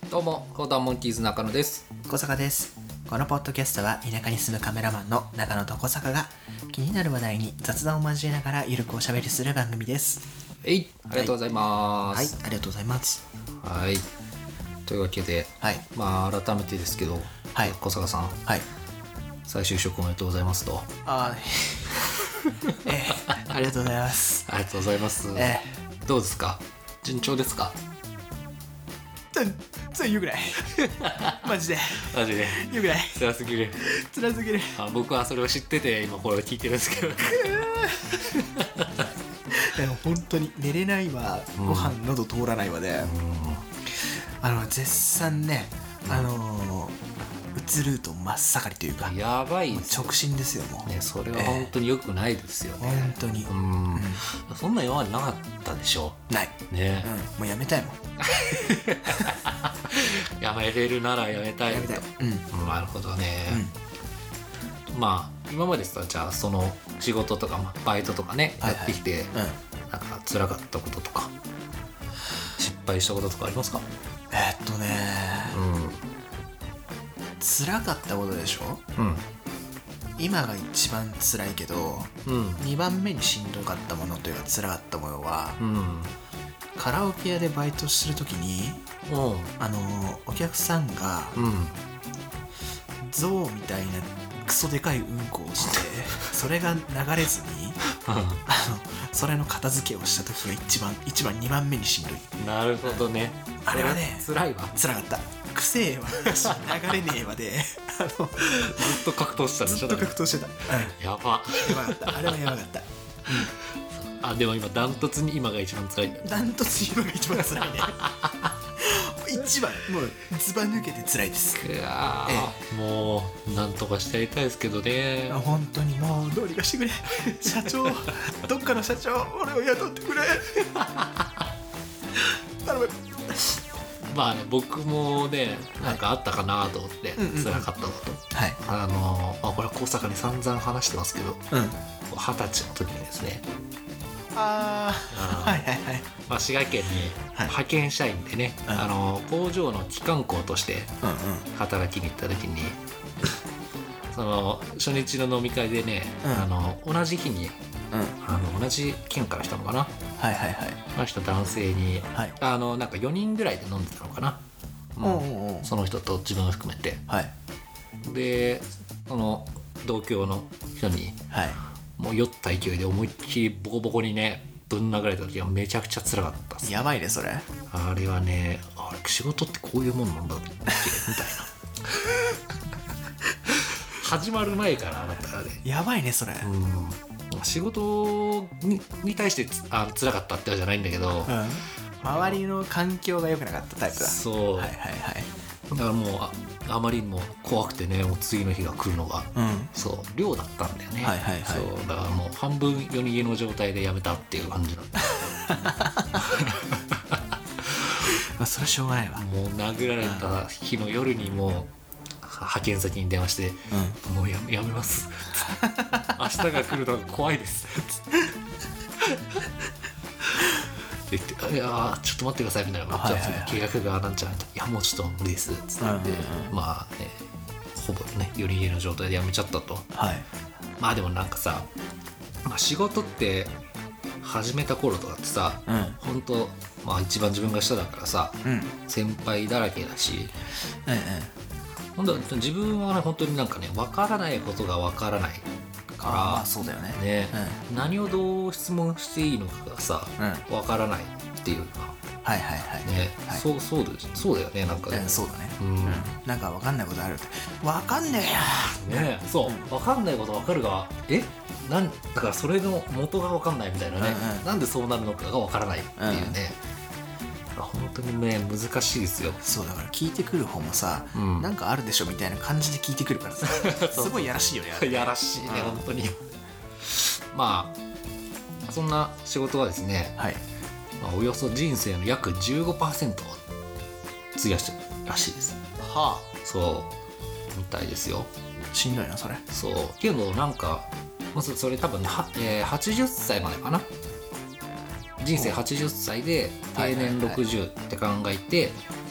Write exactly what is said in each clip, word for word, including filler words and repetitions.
どうも、コータンモンキーズ中野です。 小坂です。このポッドキャストは田舎に住むカメラマンの中野と小坂が気になる話題に雑談を交えながらゆるくおしゃべりする番組です。 えい、ありがとうございます。 はい、はい、ありがとうございます。 はい。というわけで、はい、まあ改めてですけど、はい、小坂さん、はい、再就職おめでとうございますと。 あええー、ありがとうございます。 ありがとうございます。えー、どうですか？順調ですか？ 全然よくないマジでマジでよくない。 辛すぎる辛すぎる。 あ、僕はそれを知ってて今これを聞いてるんですけどでも本当に寝れないわ、うん、ご飯喉通らないわで、うん、あの絶賛ね、うん、あのうつルート真っ盛りというかやばい直進ですよもう、 ね、それは本当に良くないですよね、 えー、本当にうん、 うん、そんな今までなかったでしょ。 ないね、うん、もうやめたいもんやめれるならやめたいやめたい、 うん、なるほどね、うん、まあ今までさ、じゃあその仕事とか、まあ、バイトとかね、はいはい、やってきて、うん、なんか辛かったこととか失敗したこととかありますか？ えー、っとねうん辛かったことでしょ、うん、今が一番辛いけど、うん、にばんめにしんどかったものというか辛かったものは、うん、カラオケ屋でバイトするときに、うん、あのお客さんが、うん、ゾウみたいなクソでかいうんこをしてそれが流れずにあのそれの片付けをした時が一番一番にばんめにしんどい。 なるほどね。 あれはね辛いわ。 辛かった。くせえわ流れねえわであのずっと格闘してたんでしょ。 ずっと格闘してた、うん、 やばやばかったあれはやばかった、 うん、あでも今ダントツに今が一番辛いんだ。 ダントツに今が一番辛いね一番もうずば抜けて辛いです。 うわ、ええ、もうなんとかしてやりたいですけどね。 本当にもうどうにかしてくれ社長どっかの社長俺を雇ってくれ頼む。 まあね、僕もねなんかあったかなと思って、はい、辛かったこと、はい、あのまあこれは小坂に散々話してますけど、うん、はたちの時にですね、 ああはいはいはい、 まあ、滋賀県に派遣社員でね、はい、あの工場の機関工として働きに行った時に、うんうん、その初日の飲み会でね、うん、あの同じ日に、うん、あの同じ県から来たのかな、はいはいはい、ました男性に、はい、あのなんかよにんぐらいで飲んでたのかな、うん、おうおうその人と自分を含めて、はい、でその同郷の人に、はい、もう酔った勢いで思いっきりボコボコにねぶん殴られた時はめちゃくちゃ辛かったっす。 やばいねそれ。 あれはね、あれ仕事ってこういうもんなんだっけみたいな始まる前からだったからね。 やばいねそれ、 うん、仕事 に, に対してあ辛かったってわけじゃないんだけど、うん、 周りの環境が良くなかったタイプだ。 そう、はいはいはい、だからもう あ, あまりにも怖くてね、もう次の日が来るのが、うん、そう寮だったんだよね、はいはいはい、そうだからもう半分夜逃げの状態で辞めたっていう感じなんだまあそれはしょうがないわ。 もう殴られた日の夜にもう派遣先に電話して、うん、もう や, やめます明日が来るのが怖いですって言って、いやちょっと待ってくださいみたいな、はいはいはい、契約がなんちゃらいやもうちょっと無理ですっつって、うんうんうん、まあねほぼね夜逃げの状態で辞めちゃったと、はい、まあでもなんかさ、まあ、仕事って始めた頃とかってさ、うん、本当まあ一番自分が下だからさ、うん、先輩だらけだし、うんうん、本当自分は、ね、本当になんかね分からないことが分からないから、 まあそうだよね、 ね、うん、何をどう質問していいのかがさ、うん、分からないっていうか、 はいはいはい、 ね、 はい、 そうそうだそうだよね、なんかね、 うん、そうだね、うんうん、なんか分かんないことあるって分かんねえやね、そう、うん、分かんないこと分かるがえなんだからそれの元が分かんないみたいなね、うんうん、なんでそうなるのかが分からないっていうね、うん、本当にね難しいですよ。 そうだから聞いてくる方もさ、うん、なんかあるでしょみたいな感じで聞いてくるからさすごいやらしいよねあれねやらしいね、うん、本当にまあそんな仕事はですね、はい、まあ、およそ人生の約 じゅうごパーセント を費やしてるらしいです。 はあ、 そうみたいですよ。 しんどいなそれ。 そうけどなんかまずそれ多分ね、えー、はちじゅっさいまでかな、人生はちじゅっさいで定年ろくじゅうって考えて、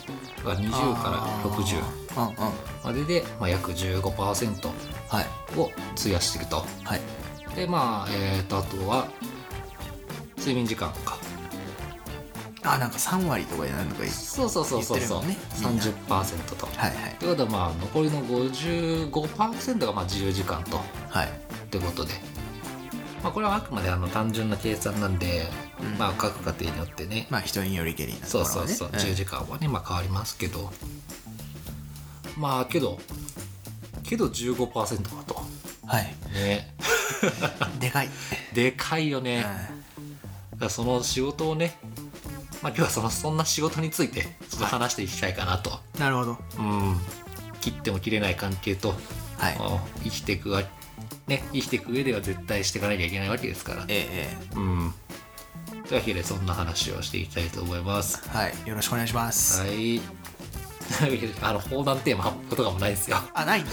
がにじゅうからろくじゅうまでで、まあ、約 じゅうごパーセント を費やしていると、はい、でまあえー、とあとは睡眠時間かあなんかさん割とかやなんとか言ってるもんね。 そうそうそうそうそう、さんじゅっパーセント と、はいはい、ということはまあ残りの ごじゅうごパーセント がまあ自由時間と、はい、ということで、まあ、これはあくまであの単純な計算なんで、うん、まあ各家庭によってね、 まあ人によりけりなところはね、そうそうそう、うん、自由時間はね、まあ、変わりますけど、まあけどけど じゅうごパーセント だと、はいねでかいでかいよね、うん、だからその仕事をね、まあ、今日はそのそんな仕事についてちょっと話していきたいかなと、はい、なるほど、 うん、切っても切れない関係と、はい、生きていくわね、生きていく上では絶対していかなきゃいけないわけですから、ええうん、というわけでそんな話をしていきたいと思います。 はい、よろしくお願いします。 はい、あの放談テーマ発表とかもないですよ。 あ、ないんだ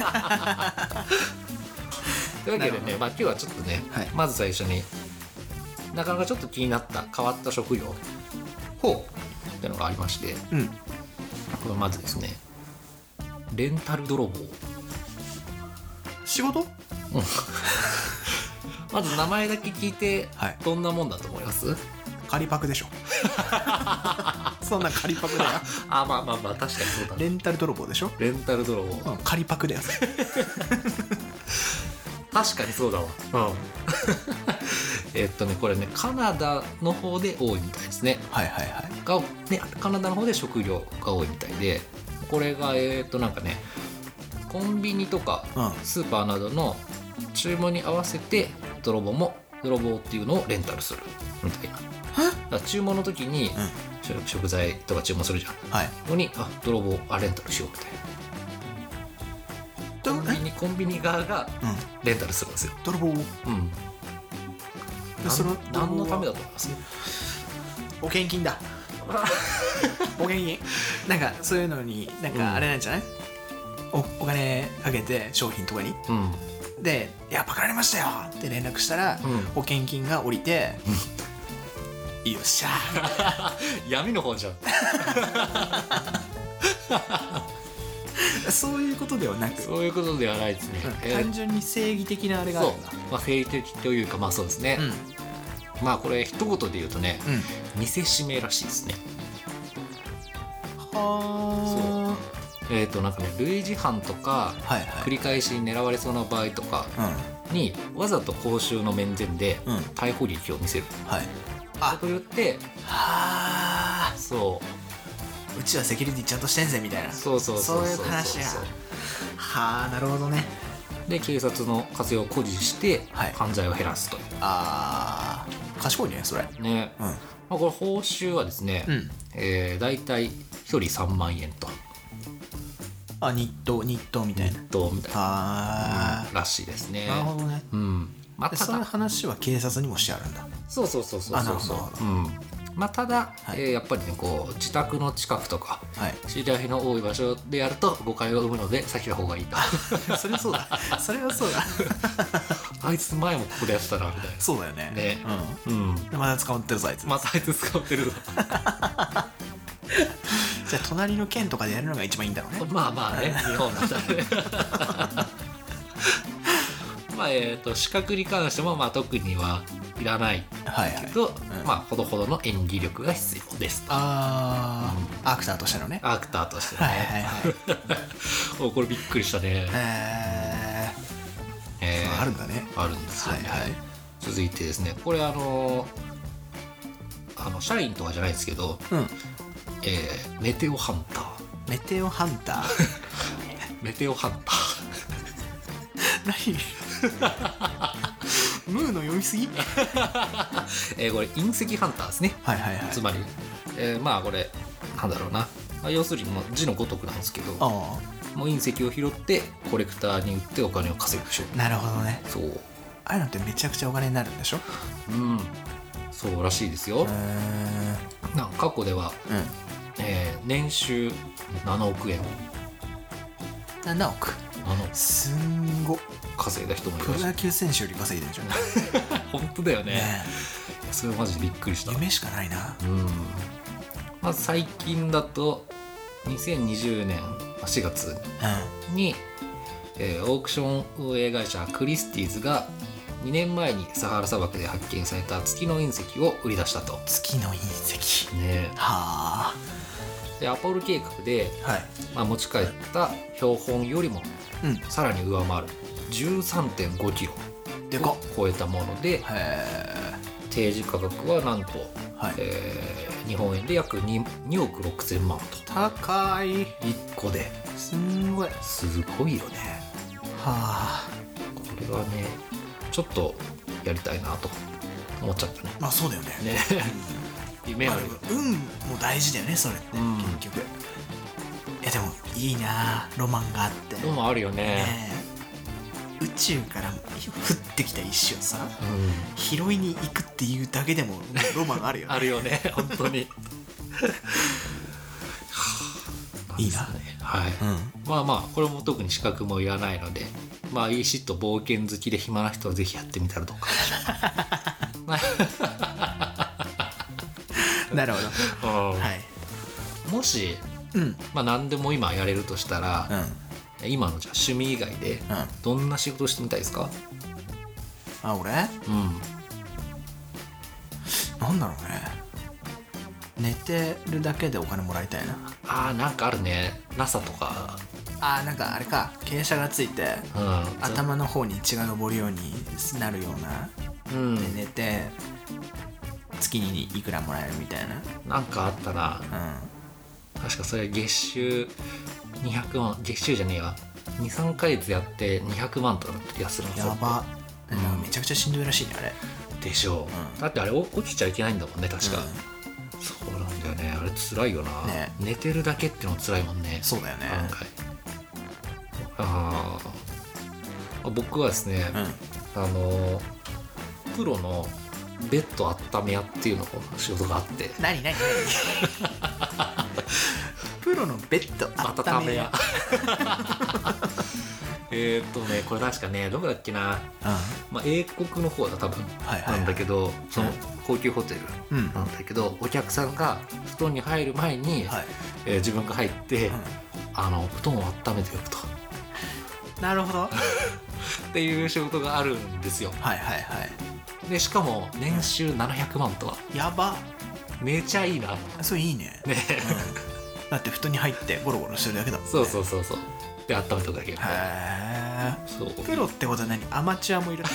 というわけでね、まあ、今日はちょっとね、はい、まず最初になかなかちょっと気になった変わった職業ほうっていうのがありまして、うん、これまずですね、レンタル泥棒。 仕事まず名前だけ聞いて、はい、どんなもんだと思います？ 仮パクでしょそんな仮パクだよあ、まあまあまあ確かにそうだ、ね、 レンタル泥棒でしょ。 レンタル泥棒、 うん、仮パクだよ確かにそうだわ、うんえっとねこれねカナダの方で多いみたいですね。はいはいはい。がねカナダの方で職業が多いみたいで、これがえっとなんかねコンビニとかスーパーなどの注文に合わせて泥棒も泥棒っていうのをレンタルするみたいな。だから注文の時に、うん、食材とか注文するじゃん。はい。ここにあ泥棒あレンタルしようみたいな。コンビニコンビニ側がレンタルするんですよ。 泥棒。うん。 その何のためだと思います？ 保険金だ保険金なんかそういうのになんかあれなんじゃない、うん、お, お金かけて商品とかに、うん、でいやパクられましたよって連絡したら、うん、保険金が降りて、うん、よっしゃ闇の方じゃんそういうことではなくそういうことではないですね、 うん、単純に正義的なあれがあるんだ。 そう、まあ、正義的というかまあそうですね、うん、まあこれ一言で言うとね、うん、見せしめらしいですね。はそうえっ、ー、となんかね類似犯とか、はいはい、繰り返し狙われそうな場合とかに、うん、わざと公衆の面前で逮捕劇を見せる、うん、はい、あと言ってはあそううちはセキュリティちゃんとしてんぜみたいな、 そうそうそうそういう話や。はあなるほどね。 で警察の活用を誇示して犯罪を減らすという、はい、 あー賢いねそれね、 うん、まあ、これ報酬はですね、うん、えー、だいたいひとりさんまんえんと。 あ日当日当みたいな日当みたいなあ、うん、らしいですね。 なるほどね、 うん、まあ、ただそういう話は警察にもしてあるんだ。 そうそうそうそうそうそう、うん、まあ、ただ、はい、えー、やっぱりねこう自宅の近くとか、はい、知り合いの多い場所でやると誤解を生むので避けた方がいいとそれはそうだそれはそうだあいつ前もここでやってたなみたいな。 そうだよね。ね、うん、うん、まだ捕まってるぞあいつ。 またあいつ捕まってるぞじゃあ隣の県とかでやるのが一番いいんだろうね。 まあまあね日本だったらねまあえーと資格に関してもまあ特にはいらないけど、はいはい、うん、まあほどほどの演技力が必要ですと。 ああ、うん、アクターとしてのね。 アクターとしてのね。はいはいはいおこれびっくりしたね。えー、えー、あるんだね。 あるんですよね。はいはい、続いてですね、これあのあの社員とかじゃないですけど、うん、えー、メテオハンター。 メテオハンターメテオハンター何ムーの読みすぎえー、これ隕石ハンターですね。はいはいはい。つまり、えー、まあこれなんだろうな、まあ、要するにもう字のごとくなんですけど、あもう隕石を拾ってコレクターに売ってお金を稼ぐでしょ。 なるほどね。 そう。 ああいうのってめちゃくちゃお金になるんでしょ。 うん。そうらしいですよ。なんか過去では、うん、えー、年収ななおくえん。 ななおく。 あのすんご稼いだ人もいるし、 プロ野球選手より稼いでるじゃん本当だよね。ねそれマジでびっくりした。 夢しかないな。 うん、まあ、最近だとにせんにじゅうねんしがつに、うんえー、オークション運営会社クリスティーズがにねんまえにサハラ砂漠で発見された月の隕石を売り出したと。 月の隕石ね。 はあ。 でアポロ計画で、はいまあ、持ち帰った標本よりもさらに上回る じゅうさんてんごキロを超えたもので、提示価格はなんと、はいえー、日本円で約 2, におくろくせんまんと。 高い。いっこですんごいすごいよね。 はあ。 これはねちょっとやりたいなと思っちゃったね。 まあそうだよね。 ね夢ある。 運も大事だよねそれって、うん、結局。いやでもいいなロマンがあって。 ロマンあるよね。ね宇宙から降ってきた石をさ、うん、拾いに行くっていうだけでもロマンあるよね。 あるよね本当に。 いいな。 はい、うん、まあまあこれも特に資格もいらないので、まあ石と冒険好きで暇な人はぜひやってみたらどうか。 なるほど、はい、 もし、うんまあ、何でも今やれるとしたら、うん、今のじゃあ趣味以外でどんな仕事してみたいですか？ あ、俺？ うんなんだろうね。寝てるだけでお金もらいたいな。 あーなんかあるね ナサ とか。 あーなんかあれか傾斜がついて、うん、頭の方に血が上るようになるような、うん、で寝て月にいくらもらえるみたいななんかあったな、うん、確かそれ月収にひゃくまん月収じゃねえわ にさんかげつやってにひゃくまんとかだった気がするんですよ。 やば、うん、めちゃくちゃしんどいらしいねあれでしょう、うん、だってあれ起きちゃいけないんだもんね確か、うん、そうなんだよねあれ辛いよな、ね、寝てるだけってのも辛いもんね。 そうだよね。 案外あ僕はですね、うん、あのプロのベッド温め屋っていうの仕事があって。 何何何プロのベッド温め屋えっとねこれ確かねどこだっけな、うんまあ、英国の方だ多分、はいはいはい、なんだけどその高級ホテルなんだけど、うん、お客さんが布団に入る前に、はいえー、自分が入って、うん、あの布団を温めておくと。 なるほどっていう仕事があるんですよ。 はいはいはいでしかも年収ななひゃくまんとは。 やばめちゃいいな。 それいいね。ね、うん、だって布団に入ってゴロゴロしてるだけだもんね。 そうそうそうそうで温めとくだけ。へえ。プロってことは何アマチュアもいる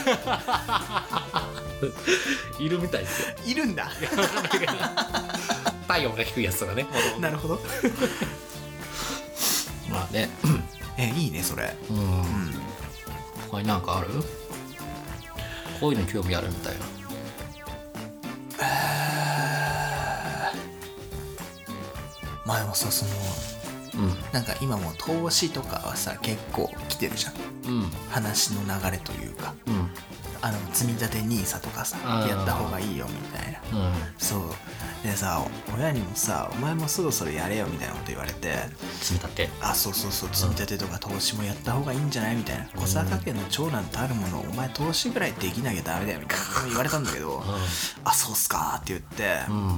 いるみたいですよ。 いるんだ体温が低いやつとかね。 なるほどまあねえいいねそれ。うん、うん、 他になんかある？こういうの興味あるみたいな。 えー、まあでもさその、うん、なんか今もう投資とかはさ結構来てるじゃん、うん、話の流れというか、うん、あの積み立て ニーサ とかさやった方がいいよみたいな、うん、そうでさ親にもさお前もそろそろやれよみたいなこと言われて積み立てあそうそうそう積み立てとか投資もやった方がいいんじゃないみたいな、うん、小坂家の長男とあるものをお前投資ぐらいできなきゃダメだよみたいなこと言われたんだけど、うん、あそうっすかって言って、うんうん、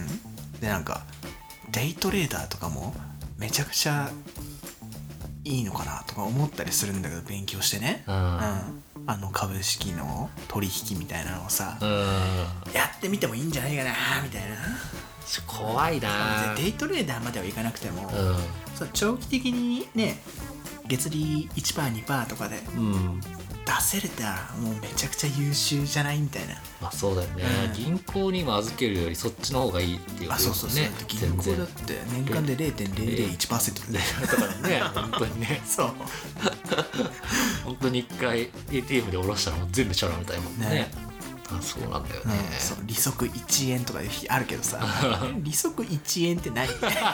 でなんかデイトレーダーとかもめちゃくちゃいいのかなとか思ったりするんだけど勉強してね、うんうん、あの株式の取引みたいなのをさ、うん、やってみてもいいんじゃないかなみたいな。 怖いな。 デイトレーダーまではいかなくても、うん、そう長期的にね月利 いちパーセントにパーセント とかで出せれたらもうめちゃくちゃ優秀じゃないみたいな。 まあそうだよね、うん、銀行にも預けるよりそっちの方がいいっていうことね。 あそうそうそう銀行だって年間で れいてんぜろぜろいちパーセント でだからね本当にねそう本当に一回 エーティーエム で下ろしたらもう全部チャラみたいもんね。ねあそうなんだよね、 うん、そう利息いちえんとかあるけどさ利息いちえんって何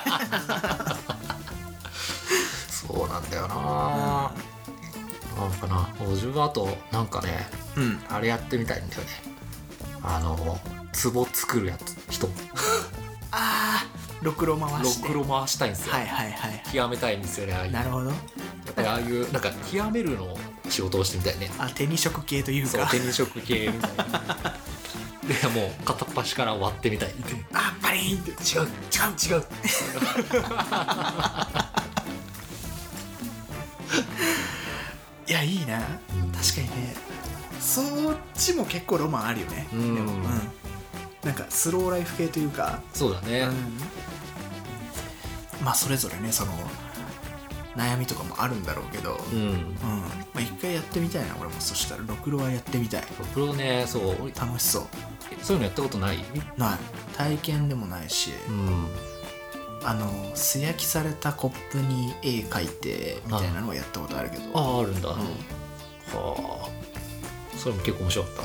そうなんだよな、うん、なんかな自分はあとなんかね、うん、あれやってみたいんだよね。あの壺作るやつ人あーろくろ回してろくろ回したいんですよ。 はいはいはい、 極めたいんですよね。ああいうなるほど。 やっぱりああいうなんか極めるの仕事をしてみたいね。 あ手に職系というかそう手に職系みたいなでもう片っ端から割ってみたいってあバリーンって違う違う違ういやいいな、うん、確かにねそっちも結構ロマンあるよね、うん、でも、うん、なんかスローライフ系というかそうだね、 うん、まあそれぞれねその悩みとかもあるんだろうけど、うんうんまあ、一回やってみたいな俺も。そしたらろくろはやってみたい。 ろくろねそう楽しそう。 そういうのやったことない？ ない体験でもないし、うん、あの素焼きされたコップに絵描いてみたいなのはやったことあるけど。 あああるんだ、うん、はあそれも結構面白かった？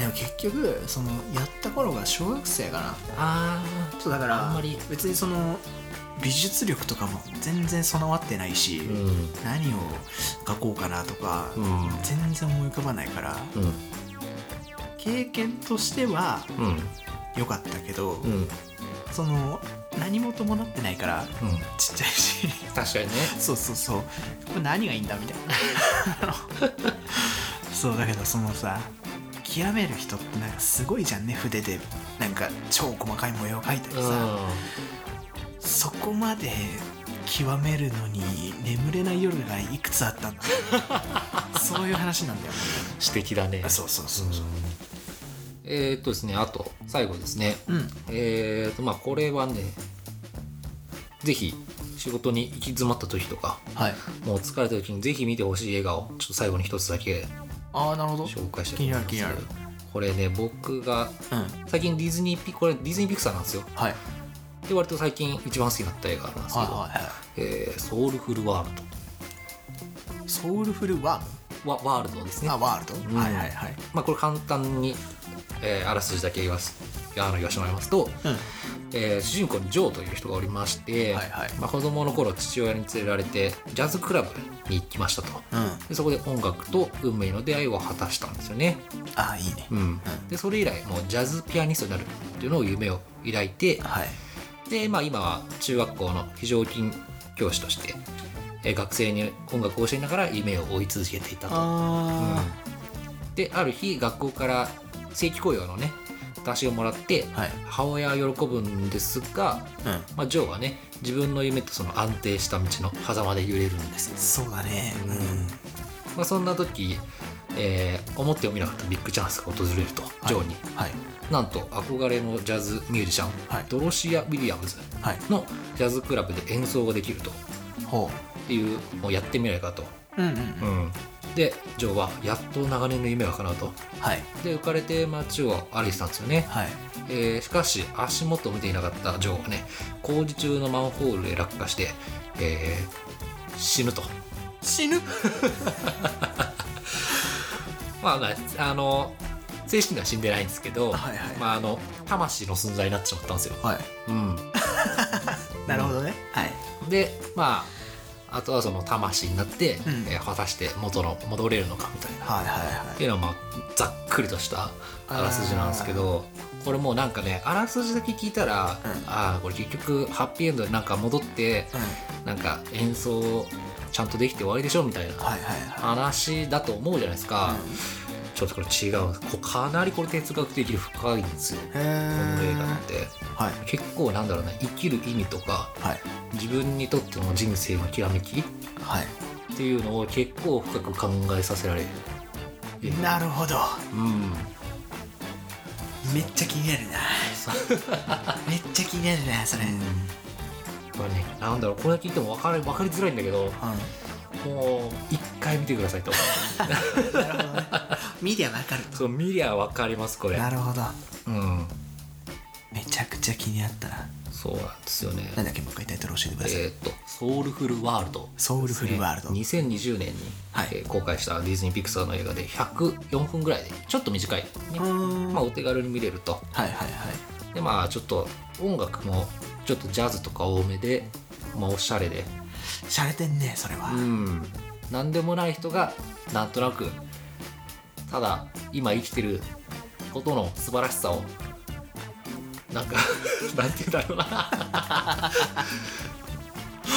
でも結局そのやった頃が小学生かな。 あそうだからあんまり別にその美術力とかも全然備わってないし、うん、何を描こうかなとか、うん、全然思い浮かばないから、うん、経験としては良かったけど、うん、その何も伴ってないから、うん、ちっちゃいし確かにねそうそうそうこれ何がいいんだみたいなそうだけどそのさ極める人ってなんかすごいじゃんね。筆でなんか超細かい模様を描いたりさ、うんそこまで極めるのに眠れない夜がいくつあったんだそういう話なんだよね。 詩的だね。 そうそうそうそう、うん、 えー、っとですねあと最後ですね、うん、えー、っとまあこれはねぜひ仕事に行き詰まった時とか、はい、もう疲れた時にぜひ見てほしい映画をちょっと最後に一つだけあーなるほど紹介してもらいます。 気になる気になる。 これね僕が、うん、最近ディズニーピこれディズニーピクサーなんですよ。はいで割と最近一番好きになった映画なんですけど、はいはいはいえー、ソウルフルワールドソウルフルワードワワールドですね。 あワールド、うん、はいはいはいまあこれ簡単に、えー、あらすじだけ言わすあの言わせてもらいますと、うんえー、主人公にジョーという人がおりまして、はいはいまあ、子供の頃父親に連れられてジャズクラブに行きましたと、うん、でそこで音楽と運命の出会いを果たしたんですよね。 あいいね、 うんうん、でそれ以来もうジャズピアニストになるっていうのを夢を抱いて、はいでまあ、今は中学校の非常勤教師として、えー、学生に音楽を教えながら夢を追い続けていたと。あ、うん、である日学校から正規雇用のね私をもらって、はい、母親は喜ぶんですが、うんまあ、ジョーはね自分の夢とその安定した道の狭間で揺れるんですよ。そうだね、うんまあ、そんな時、えー、思ってもみなかったビッグチャンスが訪れると、はい、ジョーに、はい、なんと憧れのジャズミュージシャン、はい、ドロシア・ウィリアムズのジャズクラブで演奏ができると、はい、っていうのをやってみないかと、うんうんうん、でジョーはやっと長年の夢が叶うと、はい、で浮かれて街を歩いてたんですよね、はいえー、しかし足元を見ていなかったジョーはね工事中のマンホールへ落下して、えー、死ぬと。 死ぬまああの正式には死んでないんですけど、はいはいまあ、あの魂の存在になってしまったんですよ、はいうん、 なるほどね、はい、 でまああとはその魂になって、うんえー、果たして元の戻れるのかみたいな、はいはいはい、っていうのは、まあ、ざっくりとしたあらすじなんですけどこれもうなんかねあらすじだけ聞いたら、うん、ああこれ結局ハッピーエンドでなんか戻って、うん、なんか演奏ちゃんとできて終わりでしょみたいな話だと思うじゃないですか、はいはいはいうんちょっとこれ違うんです。かなりこれ哲学的に深いんですよこの映画って、はい、結構なんだろうね生きる意味とか、はい、自分にとっての人生のきらめき、はい、っていうのを結構深く考えさせられる。 なるほど、うん、めっちゃ気になるなめっちゃ気になるなそれ、うん、 これねなんだろうこれ聞いても分かり、分かりづらいんだけど、うんもう一回見てくださいとなるほどね見りゃ分かると。 そう見りゃ分かりますこれ。 なるほどうんめちゃくちゃ気になったな。 そうなんですよね。 なんだっけもう一回タイトル教えてください。 えー、っとソウルフルワールド、ね、 ソウルフルワールドにせんにじゅうねんに、はいえー、公開したディズニーピクサーの映画でひゃくよんぷんぐらいでちょっと短い、ねまあ、お手軽に見れると。はいはいはいでまあちょっと音楽もちょっとジャズとか多めで、まあ、おしゃれでしゃれてんねそれは。 うんなんでもない人がなんとなくただ今生きてることの素晴らしさをなんかなんて言うんだろうな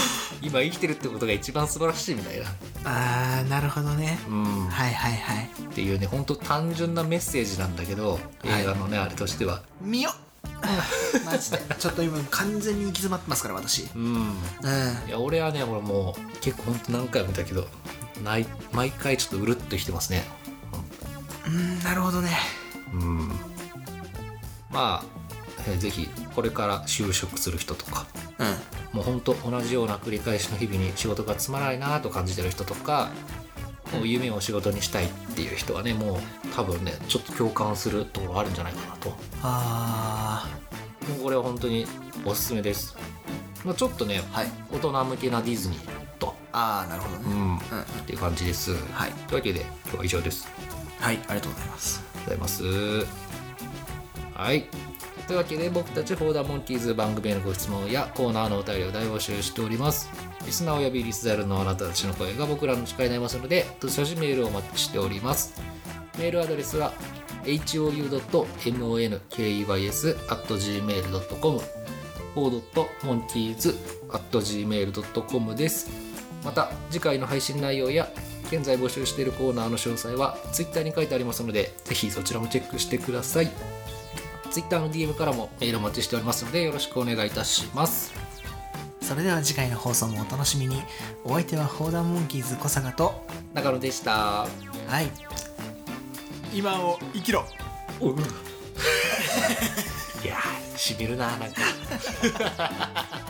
今生きてるってことが一番素晴らしいみたいな。 あーなるほどね。 うん、 はいはいはい。 っていうね、本当単純なメッセージなんだけど、映画のね、はい、あれとしては見よマジでちょっと今完全に行き詰まってますから私。うん、うん、 いや俺はね、俺もう結構本当何回も見たけどない毎回ちょっとうるっときてますね。 うん、なるほどね。 うん、まあ、えー、ぜひこれから就職する人とか、うん、もう本当同じような繰り返しの日々に仕事がつまらないなと感じてる人とか、もう夢を仕事にしたいっていう人はね、もう多分ねちょっと共感するところあるんじゃないかなと。ああ、もうこれは本当におすすめです。まあ、ちょっとね、はい、大人向けなディズニーと、 ああなるほどね、うん、 っていう感じです。はい、というわけで今日は以上です。 はい、ありがとうございます。 ありがとうございます。はい、というわけで僕たちフォーダモンキーズ番組へのご質問やコーナーのお便りを大募集しております。リスナーおよびリスザルのあなたたちの声が僕らの力になりますので、どしどしメールをお待ちしております。メールアドレスは エイチオーユードットモンケーイーワイエス アット ジーメール ドットコム フォードットモンキーズ アット ジーメール ドットコム です。また次回の配信内容や現在募集しているコーナーの詳細は Twitter に書いてありますので、ぜひそちらもチェックしてください。Twitter の ディーエム からもメールお待ちしておりますのでよろしくお願いいたします。 それでは次回の放送もお楽しみに。お相手はフォーダモンキーズ小坂と中野でした。 はい、今を生きろ。おういやーしみるな、なんか